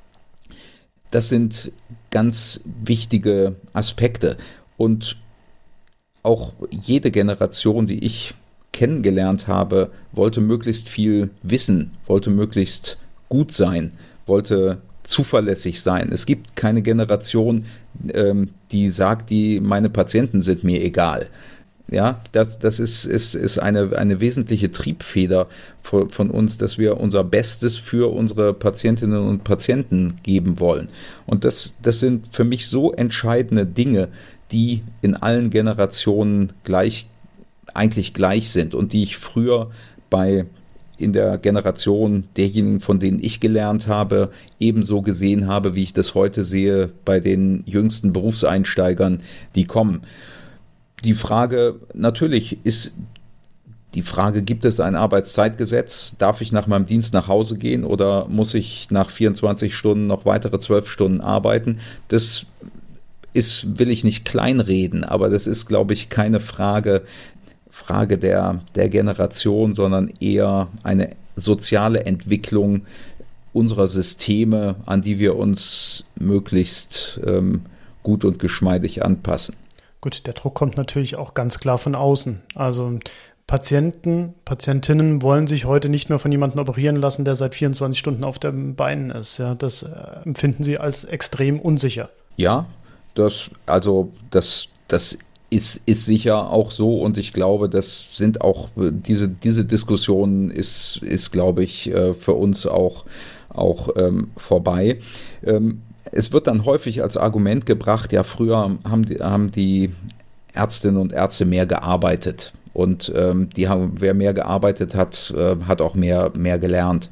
Das sind ganz wichtige Aspekte. Und auch jede Generation, die ich kennengelernt habe, wollte möglichst viel wissen, wollte möglichst gut sein, wollte zuverlässig sein. Es gibt keine Generation, ähm, die sagt, die, meine Patienten sind mir egal. Ja, das, das ist, ist, ist eine, eine wesentliche Triebfeder von, von uns, dass wir unser Bestes für unsere Patientinnen und Patienten geben wollen. Und das, das sind für mich so entscheidende Dinge, die in allen Generationen gleich, eigentlich gleich sind und die ich früher bei in der Generation derjenigen, von denen ich gelernt habe, ebenso gesehen habe, wie ich das heute sehe bei den jüngsten Berufseinsteigern, die kommen. Die Frage, natürlich ist die Frage, gibt es ein Arbeitszeitgesetz? Darf ich nach meinem Dienst nach Hause gehen oder muss ich nach vierundzwanzig Stunden noch weitere zwölf Stunden arbeiten? Das ist, will ich nicht kleinreden, aber das ist, glaube ich, keine Frage, Frage der, der Generation, sondern eher eine soziale Entwicklung unserer Systeme, an die wir uns möglichst ähm, gut und geschmeidig anpassen. Gut, der Druck kommt natürlich auch ganz klar von außen. Also Patienten, Patientinnen wollen sich heute nicht nur von jemandem operieren lassen, der seit vierundzwanzig Stunden auf den Beinen ist. Ja, das äh, empfinden sie als extrem unsicher. Ja, das, also das, das Ist, ist sicher auch so und ich glaube, das sind auch diese, diese Diskussion ist, ist, glaube ich, für uns auch, auch ähm, vorbei. Ähm, es wird dann häufig als Argument gebracht, ja, früher haben die, haben die Ärztinnen und Ärzte mehr gearbeitet und ähm, die haben, wer mehr gearbeitet hat, äh, hat auch mehr, mehr gelernt.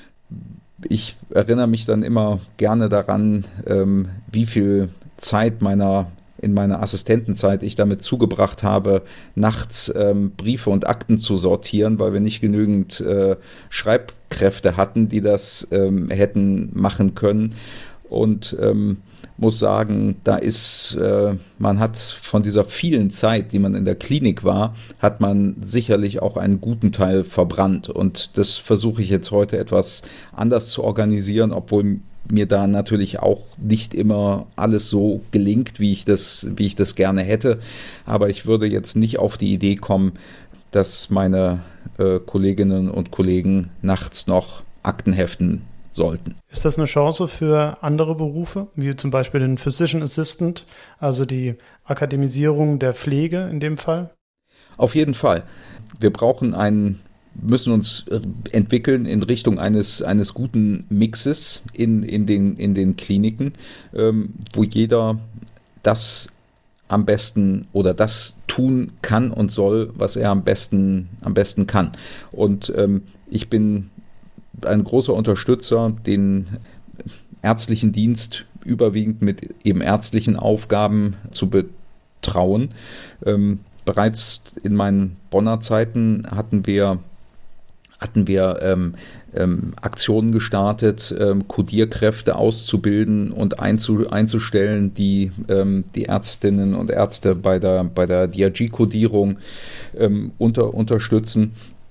Ich erinnere mich dann immer gerne daran, ähm, wie viel Zeit meiner in meiner Assistentenzeit ich damit zugebracht habe, nachts ähm, Briefe und Akten zu sortieren, weil wir nicht genügend äh, Schreibkräfte hatten, die das ähm, hätten machen können. Und ähm, muss sagen, da ist, äh, man hat von dieser vielen Zeit, die man in der Klinik war, hat man sicherlich auch einen guten Teil verbrannt. Und das versuche ich jetzt heute etwas anders zu organisieren, obwohl mir da natürlich auch nicht immer alles so gelingt, wie ich das, wie ich das gerne hätte. Aber ich würde jetzt nicht auf die Idee kommen, dass meine äh, Kolleginnen und Kollegen nachts noch Akten heften sollten. Ist das eine Chance für andere Berufe, wie zum Beispiel den Physician Assistant, also die Akademisierung der Pflege in dem Fall? Auf jeden Fall. Wir brauchen einen, müssen uns entwickeln in Richtung eines, eines guten Mixes in, in, den, in den Kliniken, ähm, wo jeder das am besten oder das tun kann und soll, was er am besten, am besten kann. Und ähm, ich bin ein großer Unterstützer, den ärztlichen Dienst überwiegend mit eben ärztlichen Aufgaben zu betrauen. Ähm, bereits in meinen Bonner Zeiten hatten wir, hatten wir ähm, ähm, Aktionen gestartet, ähm, Kodierkräfte auszubilden und einzu, einzustellen, die ähm, die Ärztinnen und Ärzte bei der, bei der D R G-Kodierung ähm, unter, unterstützen.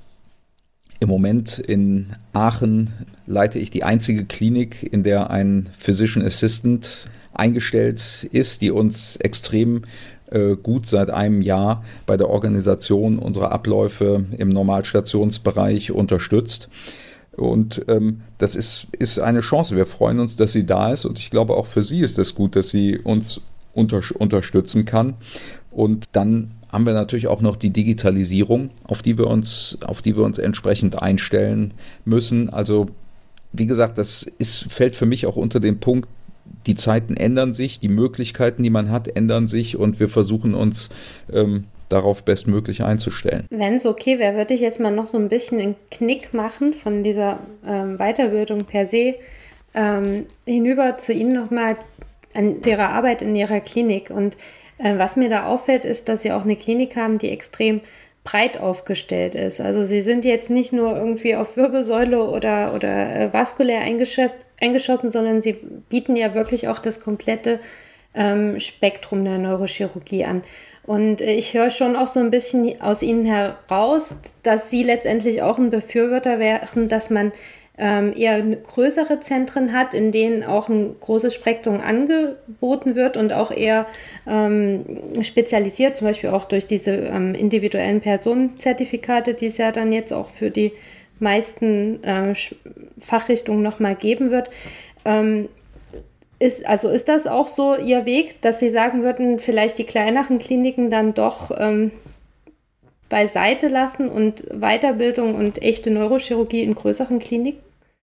Im Moment in Aachen leite ich die einzige Klinik, in der ein Physician Assistant eingestellt ist, die uns extrem äh, gut seit einem Jahr bei der Organisation unserer Abläufe im Normalstationsbereich unterstützt. Und ähm, das ist, ist eine Chance. Wir freuen uns, dass sie da ist, und ich glaube, auch für sie ist es gut, dass sie uns unter, unterstützen kann. Und dann haben wir natürlich auch noch die Digitalisierung, auf die wir uns, auf die wir uns entsprechend einstellen müssen. Also wie gesagt, das ist, fällt für mich auch unter den Punkt, die Zeiten ändern sich, die Möglichkeiten, die man hat, ändern sich, und wir versuchen uns ähm, darauf bestmöglich einzustellen. Wenn es okay wäre, würde ich jetzt mal noch so ein bisschen einen Knick machen von dieser ähm, Weiterbildung per se ähm, hinüber zu Ihnen nochmal an Ihrer Arbeit in Ihrer Klinik. Und äh, was mir da auffällt, ist, dass Sie auch eine Klinik haben, die extrem breit aufgestellt ist. Also Sie sind jetzt nicht nur irgendwie auf Wirbelsäule oder, oder äh, vaskulär eingeschossen, eingeschossen, sondern Sie bieten ja wirklich auch das komplette ähm, Spektrum der Neurochirurgie an. Und äh, ich höre schon auch so ein bisschen aus Ihnen heraus, dass Sie letztendlich auch ein Befürworter wären, dass man ähm, eher größere Zentren hat, in denen auch ein großes Spektrum angeboten wird und auch eher ähm, spezialisiert, zum Beispiel auch durch diese ähm, individuellen Personenzertifikate, die es ja dann jetzt auch für die meisten äh, Fachrichtungen nochmal geben wird. Ähm, ist, also ist das auch so Ihr Weg, dass Sie sagen würden, vielleicht die kleineren Kliniken dann doch ähm, beiseite lassen und Weiterbildung und echte Neurochirurgie in größeren Kliniken?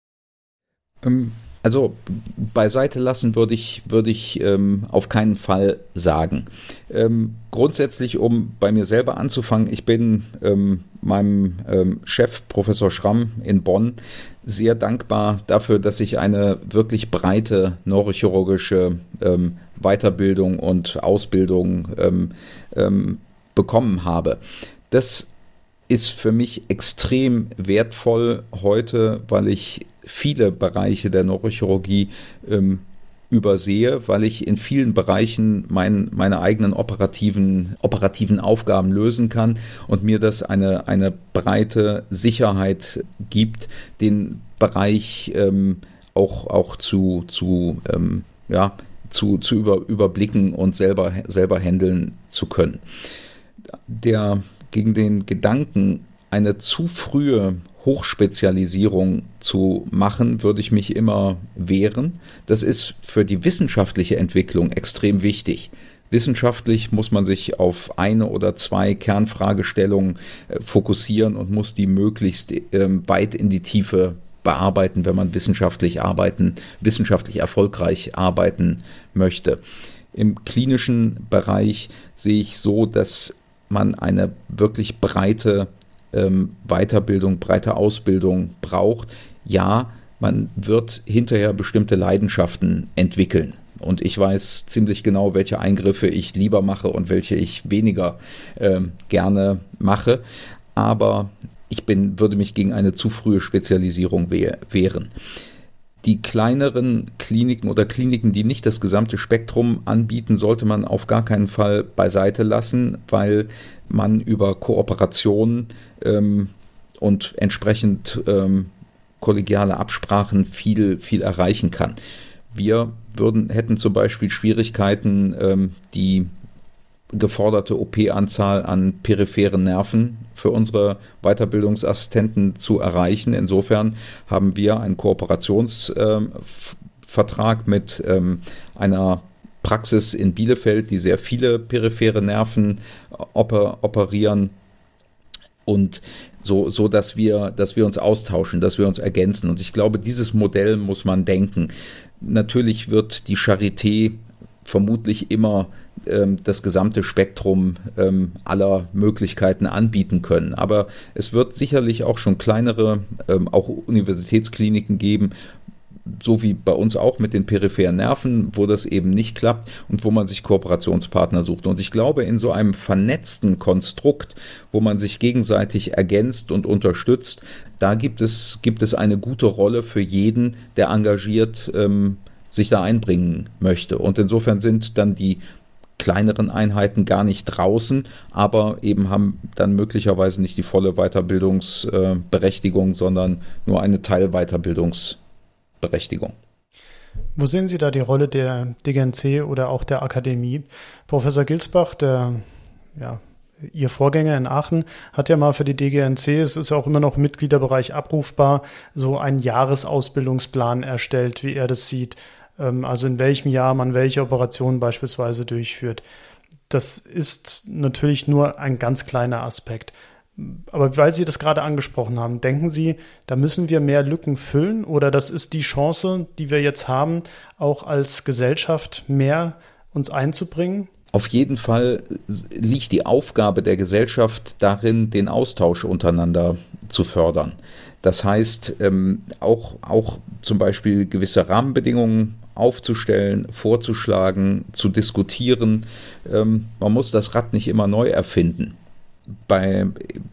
Also beiseite lassen würde ich, würde ich ähm, auf keinen Fall sagen. Ähm, grundsätzlich, um bei mir selber anzufangen, ich bin ähm, meinem ähm, Chef, Professor Schramm in Bonn, sehr dankbar dafür, dass ich eine wirklich breite neurochirurgische ähm, Weiterbildung und Ausbildung ähm, ähm, bekommen habe. Das ist für mich extrem wertvoll heute, weil ich viele Bereiche der Neurochirurgie ähm, übersehe, weil ich in vielen Bereichen mein, meine eigenen operativen, operativen Aufgaben lösen kann und mir das eine, eine breite Sicherheit gibt, den Bereich ähm, auch, auch zu, zu, ähm, ja, zu, zu über, überblicken und selber, selber handeln zu können. Der gegen den Gedanken, eine zu frühe Hochspezialisierung zu machen, würde ich mich immer wehren. Das ist für die wissenschaftliche Entwicklung extrem wichtig. Wissenschaftlich muss man sich auf eine oder zwei Kernfragestellungen äh, fokussieren und muss die möglichst äh, weit in die Tiefe bearbeiten, wenn man wissenschaftlich arbeiten, wissenschaftlich erfolgreich arbeiten möchte. Im klinischen Bereich sehe ich so, dass man eine wirklich breite ähm, Weiterbildung, breite Ausbildung braucht. Ja, man wird hinterher bestimmte Leidenschaften entwickeln. Und ich weiß ziemlich genau, welche Eingriffe ich lieber mache und welche ich weniger ähm, gerne mache. Aber ich bin, würde mich gegen eine zu frühe Spezialisierung wehren. Die kleineren Kliniken oder Kliniken, die nicht das gesamte Spektrum anbieten, sollte man auf gar keinen Fall beiseite lassen, weil man über Kooperationen ähm, und entsprechend ähm, kollegiale Absprachen viel, viel erreichen kann. Wir würden, hätten zum Beispiel Schwierigkeiten, ähm, die geforderte O P-Anzahl an peripheren Nerven für unsere Weiterbildungsassistenten zu erreichen. Insofern haben wir einen Kooperationsvertrag äh, mit ähm, einer Praxis in Bielefeld, die sehr viele periphere Nerven oper- operieren und so, so dass wir, dass wir uns austauschen, dass wir uns ergänzen. Und ich glaube, dieses Modell muss man denken. Natürlich wird die Charité vermutlich immer ähm, das gesamte Spektrum ähm, aller Möglichkeiten anbieten können. Aber es wird sicherlich auch schon kleinere, ähm, auch Universitätskliniken geben, so wie bei uns auch mit den peripheren Nerven, wo das eben nicht klappt und wo man sich Kooperationspartner sucht. Und ich glaube, in so einem vernetzten Konstrukt, wo man sich gegenseitig ergänzt und unterstützt, da gibt es, gibt es eine gute Rolle für jeden, der engagiert ähm, sich da einbringen möchte. Und insofern sind dann die kleineren Einheiten gar nicht draußen, aber eben haben dann möglicherweise nicht die volle Weiterbildungsberechtigung, sondern nur eine Teilweiterbildungsberechtigung. Wo sehen Sie da die Rolle der D G N C oder auch der Akademie? Professor Gilsbach, der ja, Ihr Vorgänger in Aachen, hat ja mal für die D G N C, es ist auch immer noch im Mitgliederbereich abrufbar, so einen Jahresausbildungsplan erstellt, wie er das sieht. Also in welchem Jahr man welche Operationen beispielsweise durchführt. Das ist natürlich nur ein ganz kleiner Aspekt. Aber weil Sie das gerade angesprochen haben, denken Sie, da müssen wir mehr Lücken füllen oder das ist die Chance, die wir jetzt haben, auch als Gesellschaft mehr uns einzubringen? Auf jeden Fall liegt die Aufgabe der Gesellschaft darin, den Austausch untereinander zu fördern. Das heißt, ähm, auch, auch zum Beispiel gewisse Rahmenbedingungen aufzustellen, vorzuschlagen, zu diskutieren. Ähm, man muss das Rad nicht immer neu erfinden. Bei,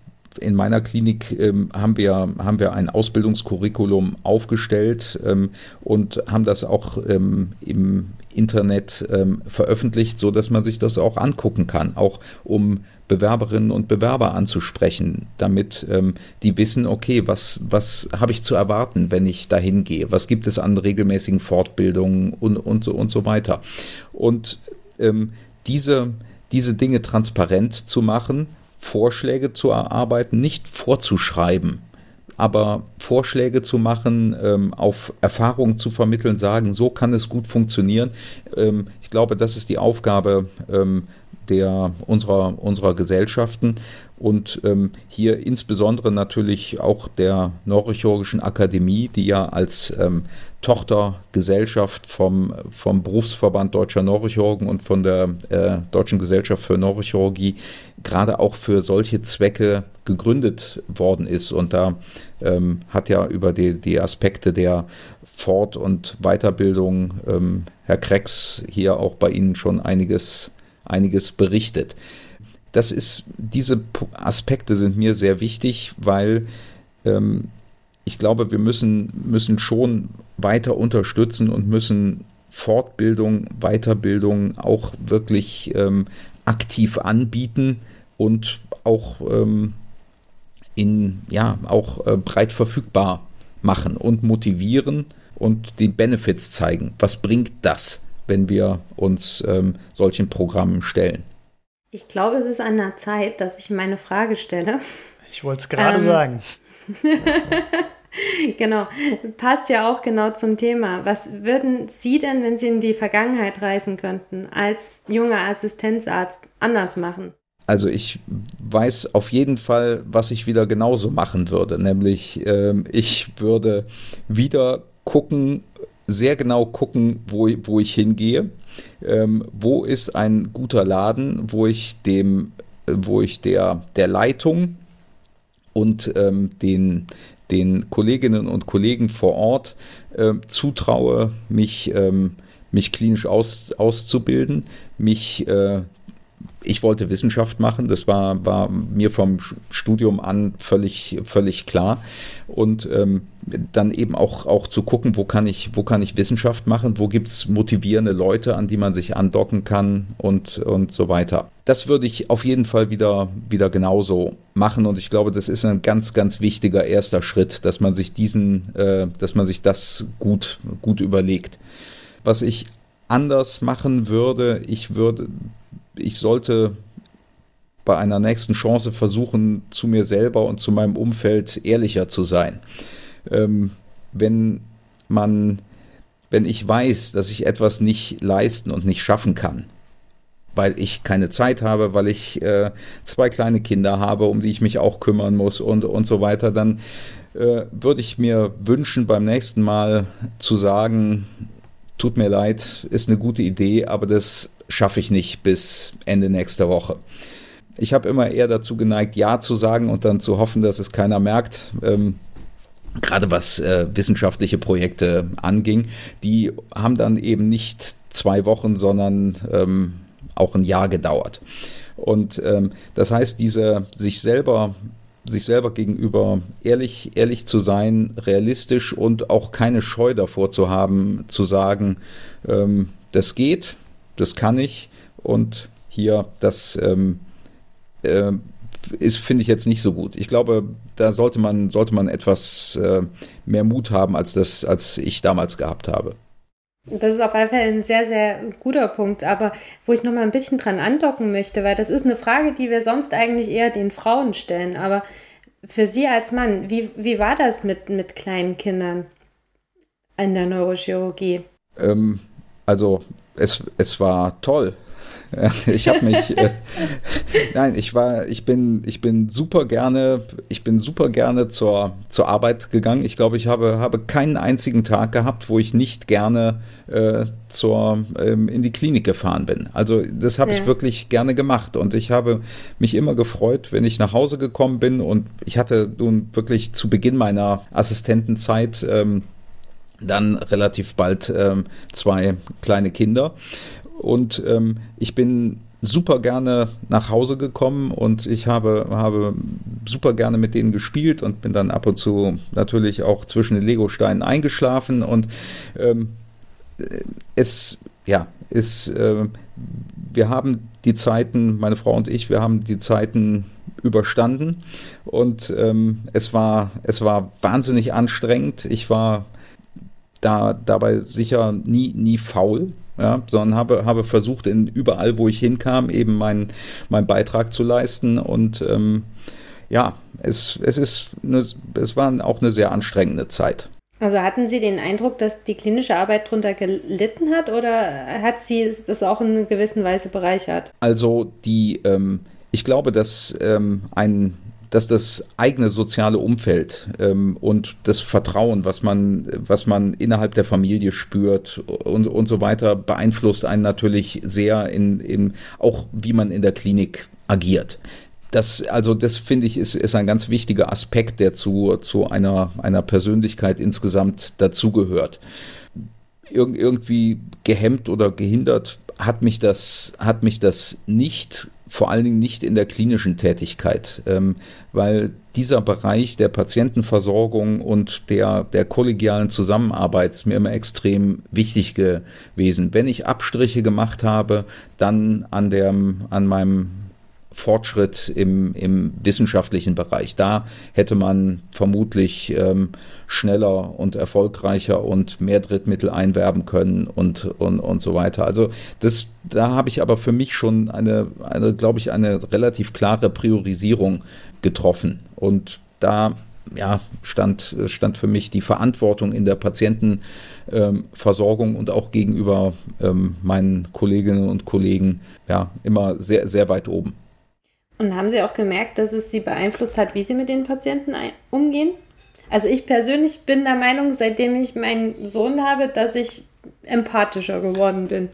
in meiner Klinik ähm, haben wir, haben wir ein Ausbildungskurriculum aufgestellt ähm, und haben das auch ähm, im Internet ähm, veröffentlicht, sodass man sich das auch angucken kann, auch um Bewerberinnen und Bewerber anzusprechen, damit ähm, die wissen, okay, was, was habe ich zu erwarten, wenn ich dahin gehe? Was gibt es an regelmäßigen Fortbildungen und, und, so, und so weiter? Und ähm, diese, diese Dinge transparent zu machen, Vorschläge zu erarbeiten, nicht vorzuschreiben, aber Vorschläge zu machen, ähm, auf Erfahrungen zu vermitteln, sagen, so kann es gut funktionieren. Ähm, ich glaube, das ist die Aufgabe ähm, der, unserer, unserer Gesellschaften und ähm, hier insbesondere natürlich auch der Neurochirurgischen Akademie, die ja als ähm, Tochtergesellschaft vom, vom Berufsverband Deutscher Neurochirurgen und von der äh, Deutschen Gesellschaft für Neurochirurgie gerade auch für solche Zwecke gegründet worden ist. Und da ähm, hat ja über die, die Aspekte der Fort- und Weiterbildung ähm, Herr Krex hier auch bei Ihnen schon einiges einiges berichtet. Das ist, diese Aspekte sind mir sehr wichtig, weil ähm, ich glaube, wir müssen, müssen schon weiter unterstützen und müssen Fortbildung, Weiterbildung auch wirklich ähm, aktiv anbieten und auch, ähm, in, ja, auch äh, breit verfügbar machen und motivieren und die Benefits zeigen. Was bringt das, wenn wir uns ähm, solchen Programmen stellen? Ich glaube, es ist an der Zeit, dass ich meine Frage stelle. Ich wollte es gerade ähm. sagen. Genau, passt ja auch genau zum Thema. Was würden Sie denn, wenn Sie in die Vergangenheit reisen könnten, als junger Assistenzarzt anders machen? Also ich weiß auf jeden Fall, was ich wieder genauso machen würde. Nämlich ähm, ich würde wieder gucken, sehr genau gucken, wo, wo ich hingehe, ähm, wo ist ein guter Laden, wo ich dem, wo ich der, der Leitung und ähm, den, den Kolleginnen und Kollegen vor Ort äh, zutraue, mich, ähm, mich klinisch aus, auszubilden, mich äh, ich wollte Wissenschaft machen, das war, war mir vom Studium an völlig, völlig klar. Und ähm, dann eben auch, auch zu gucken, wo kann ich, wo kann ich Wissenschaft machen, wo gibt es motivierende Leute, an die man sich andocken kann und, und so weiter. Das würde ich auf jeden Fall wieder, wieder genauso machen und ich glaube, das ist ein ganz, ganz wichtiger erster Schritt, dass man sich diesen, äh, dass man sich das gut, gut überlegt. Was ich anders machen würde, ich würde Ich sollte bei einer nächsten Chance versuchen, zu mir selber und zu meinem Umfeld ehrlicher zu sein. Ähm, wenn man, wenn ich weiß, dass ich etwas nicht leisten und nicht schaffen kann, weil ich keine Zeit habe, weil ich äh, zwei kleine Kinder habe, um die ich mich auch kümmern muss und, und so weiter, dann äh, würde ich mir wünschen, beim nächsten Mal zu sagen, tut mir leid, ist eine gute Idee, aber das schaffe ich nicht bis Ende nächster Woche. Ich habe immer eher dazu geneigt, Ja zu sagen und dann zu hoffen, dass es keiner merkt. Ähm, gerade was äh, wissenschaftliche Projekte anging, die haben dann eben nicht zwei Wochen, sondern ähm, auch ein Jahr gedauert. Und ähm, das heißt, diese sich selber sich selber gegenüber ehrlich, ehrlich zu sein, realistisch und auch keine Scheu davor zu haben, zu sagen, ähm, das geht, das kann ich und hier, das ähm, äh, ist, finde ich jetzt nicht so gut. Ich glaube, da sollte man, sollte man etwas äh, mehr Mut haben, als das, als ich damals gehabt habe. Das ist auf jeden Fall ein sehr, sehr guter Punkt, aber wo ich noch mal ein bisschen dran andocken möchte, weil das ist eine Frage, die wir sonst eigentlich eher den Frauen stellen, aber für Sie als Mann, wie, wie war das mit, mit kleinen Kindern in der Neurochirurgie? Ähm, also es, es war toll. Ich habe mich, äh, nein, ich war, ich bin, ich bin super gerne, ich bin super gerne zur, zur Arbeit gegangen. Ich glaube, ich habe, habe keinen einzigen Tag gehabt, wo ich nicht gerne äh, zur, ähm, in die Klinik gefahren bin. Also das habe ja. ich wirklich gerne gemacht und ich habe mich immer gefreut, wenn ich nach Hause gekommen bin und ich hatte nun wirklich zu Beginn meiner Assistentenzeit ähm, dann relativ bald ähm, zwei kleine Kinder. Und ähm, ich bin super gerne nach Hause gekommen und ich habe, habe super gerne mit denen gespielt und bin dann ab und zu natürlich auch zwischen den Legosteinen eingeschlafen. Und ähm, es, ja, es, äh, wir haben die Zeiten, meine Frau und ich, wir haben die Zeiten überstanden und ähm, es war, es war wahnsinnig anstrengend. Ich war da dabei sicher nie, nie faul. Ja, sondern habe, habe versucht, in überall, wo ich hinkam, eben meinen mein Beitrag zu leisten. Und ähm, ja, es, es, ist eine, es war auch eine sehr anstrengende Zeit. Also hatten Sie den Eindruck, dass die klinische Arbeit darunter gelitten hat oder hat sie das auch in gewisser Weise bereichert? Also die, ähm, ich glaube, dass ähm, ein dass das eigene soziale Umfeld ähm, und das Vertrauen, was man, was man innerhalb der Familie spürt und, und so weiter, beeinflusst einen natürlich sehr in, in auch wie man in der Klinik agiert. Das, also das finde ich, ist, ist ein ganz wichtiger Aspekt, der zu, zu einer, einer Persönlichkeit insgesamt dazugehört. Ir- irgendwie gehemmt oder gehindert hat mich das, hat mich das nicht, vor allen Dingen nicht in der klinischen Tätigkeit, ähm, weil dieser Bereich der Patientenversorgung und der, der kollegialen Zusammenarbeit ist mir immer extrem wichtig gewesen. Wenn ich Abstriche gemacht habe, dann an, der, an meinem Fortschritt im, im wissenschaftlichen Bereich. Da hätte man vermutlich ähm, schneller und erfolgreicher und mehr Drittmittel einwerben können und, und, und so weiter. Also das, da habe ich aber für mich schon eine, eine, glaube ich, eine relativ klare Priorisierung getroffen. Und da ja, stand, stand für mich die Verantwortung in der Patientenversorgung ähm, und auch gegenüber ähm, meinen Kolleginnen und Kollegen ja, immer sehr, sehr weit oben. Und haben Sie auch gemerkt, dass es Sie beeinflusst hat, wie Sie mit den Patienten ein- umgehen? Also ich persönlich bin der Meinung, seitdem ich meinen Sohn habe, dass ich empathischer geworden bin.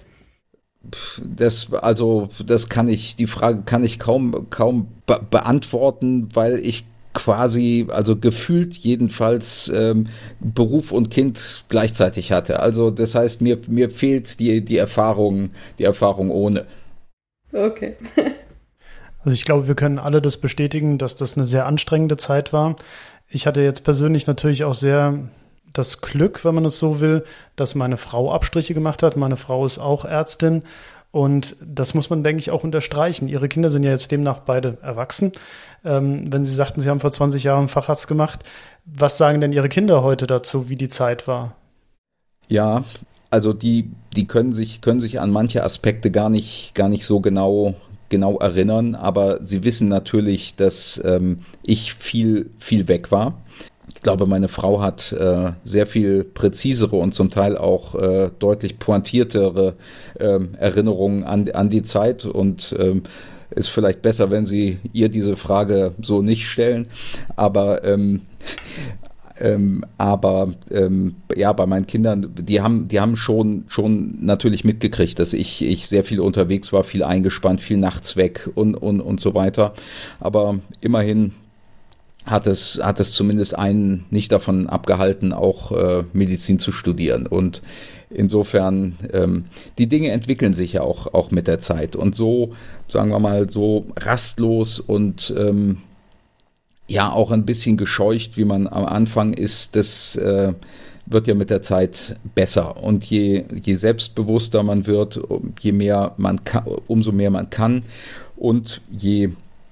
Das, also, das kann ich, die Frage kann ich kaum, kaum be- beantworten, weil ich quasi, also gefühlt jedenfalls ähm, Beruf und Kind gleichzeitig hatte. Also das heißt, mir, mir fehlt die, die Erfahrung, die Erfahrung ohne. Okay. Also ich glaube, wir können alle das bestätigen, dass das eine sehr anstrengende Zeit war. Ich hatte jetzt persönlich natürlich auch sehr das Glück, wenn man es so will, dass meine Frau Abstriche gemacht hat. Meine Frau ist auch Ärztin und das muss man, denke ich, auch unterstreichen. Ihre Kinder sind ja jetzt demnach beide erwachsen. Ähm, wenn Sie sagten, Sie haben vor zwanzig Jahren einen Facharzt gemacht, was sagen denn Ihre Kinder heute dazu, wie die Zeit war? Ja, also die, die können sich, können sich an manche Aspekte gar nicht, gar nicht so genau genau erinnern, aber sie wissen natürlich, dass ähm, ich viel, viel weg war. Ich glaube, meine Frau hat äh, sehr viel präzisere und zum Teil auch äh, deutlich pointiertere äh, Erinnerungen an, an die Zeit und ähm, ist vielleicht besser, wenn Sie ihr diese Frage so nicht stellen, aber ähm, Ähm, aber ähm, ja, bei meinen Kindern, die haben, die haben schon, schon natürlich mitgekriegt, dass ich, ich sehr viel unterwegs war, viel eingespannt, viel nachts weg und, und, und so weiter. Aber immerhin hat es, hat es zumindest einen nicht davon abgehalten, auch äh, Medizin zu studieren. Und insofern, ähm, die Dinge entwickeln sich ja auch, auch mit der Zeit. Und so, sagen wir mal, so rastlos und ähm, ja auch ein bisschen gescheucht, wie man am Anfang ist, das äh, wird ja mit der Zeit besser. Und je, je selbstbewusster man wird, je mehr man kann, umso mehr man kann und je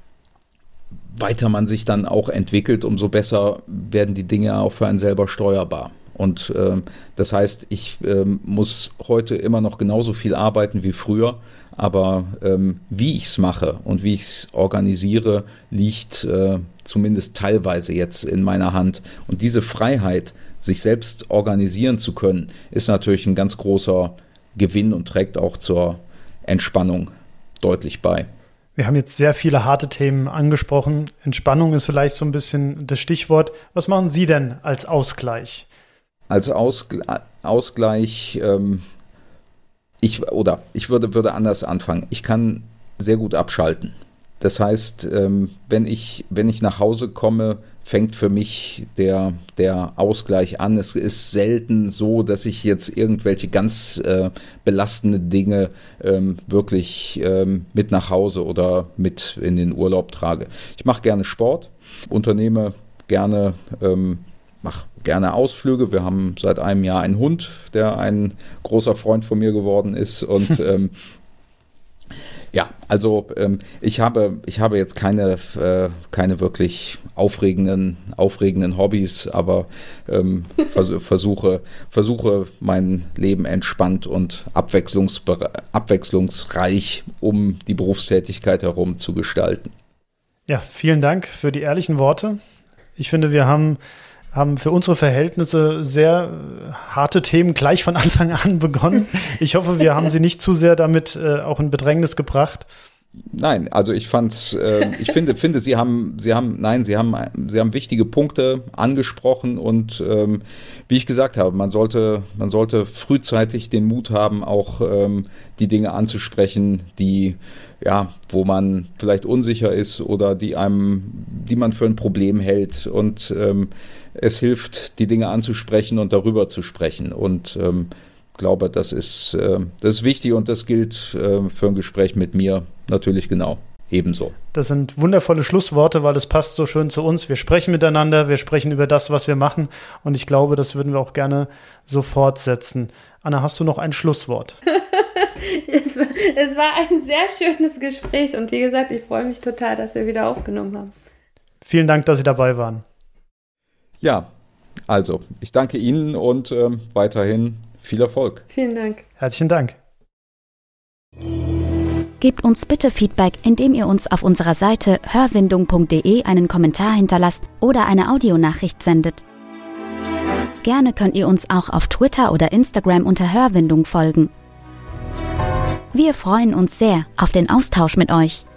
weiter man sich dann auch entwickelt, umso besser werden die Dinge auch für einen selber steuerbar. Und äh, das heißt, ich äh, muss heute immer noch genauso viel arbeiten wie früher, aber ähm, wie ich es mache und wie ich es organisiere, liegt äh, zumindest teilweise jetzt in meiner Hand. Und diese Freiheit, sich selbst organisieren zu können, ist natürlich ein ganz großer Gewinn und trägt auch zur Entspannung deutlich bei. Wir haben jetzt sehr viele harte Themen angesprochen. Entspannung ist vielleicht so ein bisschen das Stichwort. Was machen Sie denn als Ausgleich? Als Ausgleich, Ausgleich ähm, ich, oder ich würde, würde anders anfangen. Ich kann sehr gut abschalten. Das heißt, ähm, wenn ich, wenn ich nach Hause komme, fängt für mich der, der Ausgleich an. Es ist selten so, dass ich jetzt irgendwelche ganz äh, belastenden Dinge ähm, wirklich ähm, mit nach Hause oder mit in den Urlaub trage. Ich mache gerne Sport, unternehme gerne, ähm, mache gerne Ausflüge. Wir haben seit einem Jahr einen Hund, der ein großer Freund von mir geworden ist und ähm, ja, also ähm, ich habe ich habe jetzt keine äh, keine wirklich aufregenden aufregenden Hobbys, aber ähm, vers- versuche versuche mein Leben entspannt und abwechslungs- abwechslungsreich um die Berufstätigkeit herum zu gestalten. Ja, vielen Dank für die ehrlichen Worte. Ich finde, wir haben haben für unsere Verhältnisse sehr harte Themen gleich von Anfang an begonnen. Ich hoffe, wir haben Sie nicht zu sehr damit äh, auch in Bedrängnis gebracht. Nein, also ich fand's, äh, ich finde, finde, Sie haben, Sie haben, nein, Sie haben, Sie haben wichtige Punkte angesprochen und ähm, wie ich gesagt habe, man sollte, man sollte frühzeitig den Mut haben, auch ähm, die Dinge anzusprechen, die, ja, wo man vielleicht unsicher ist oder die einem, die man für ein Problem hält und ähm, es hilft, die Dinge anzusprechen und darüber zu sprechen und ähm, glaube, das ist, äh, das ist wichtig und das gilt äh, für ein Gespräch mit mir natürlich genau ebenso. Das sind wundervolle Schlussworte, weil es passt so schön zu uns. Wir sprechen miteinander, wir sprechen über das, was wir machen und ich glaube, das würden wir auch gerne so fortsetzen. Anna, hast du noch ein Schlusswort? es, war, es war ein sehr schönes Gespräch und wie gesagt, ich freue mich total, dass wir wieder aufgenommen haben. Vielen Dank, dass Sie dabei waren. Ja, also ich danke Ihnen und ähm, weiterhin viel Erfolg. Vielen Dank. Herzlichen Dank. Gebt uns bitte Feedback, indem ihr uns auf unserer Seite hörwindung punkt de einen Kommentar hinterlasst oder eine Audionachricht sendet. Gerne könnt ihr uns auch auf Twitter oder Instagram unter Hörwindung folgen. Wir freuen uns sehr auf den Austausch mit euch.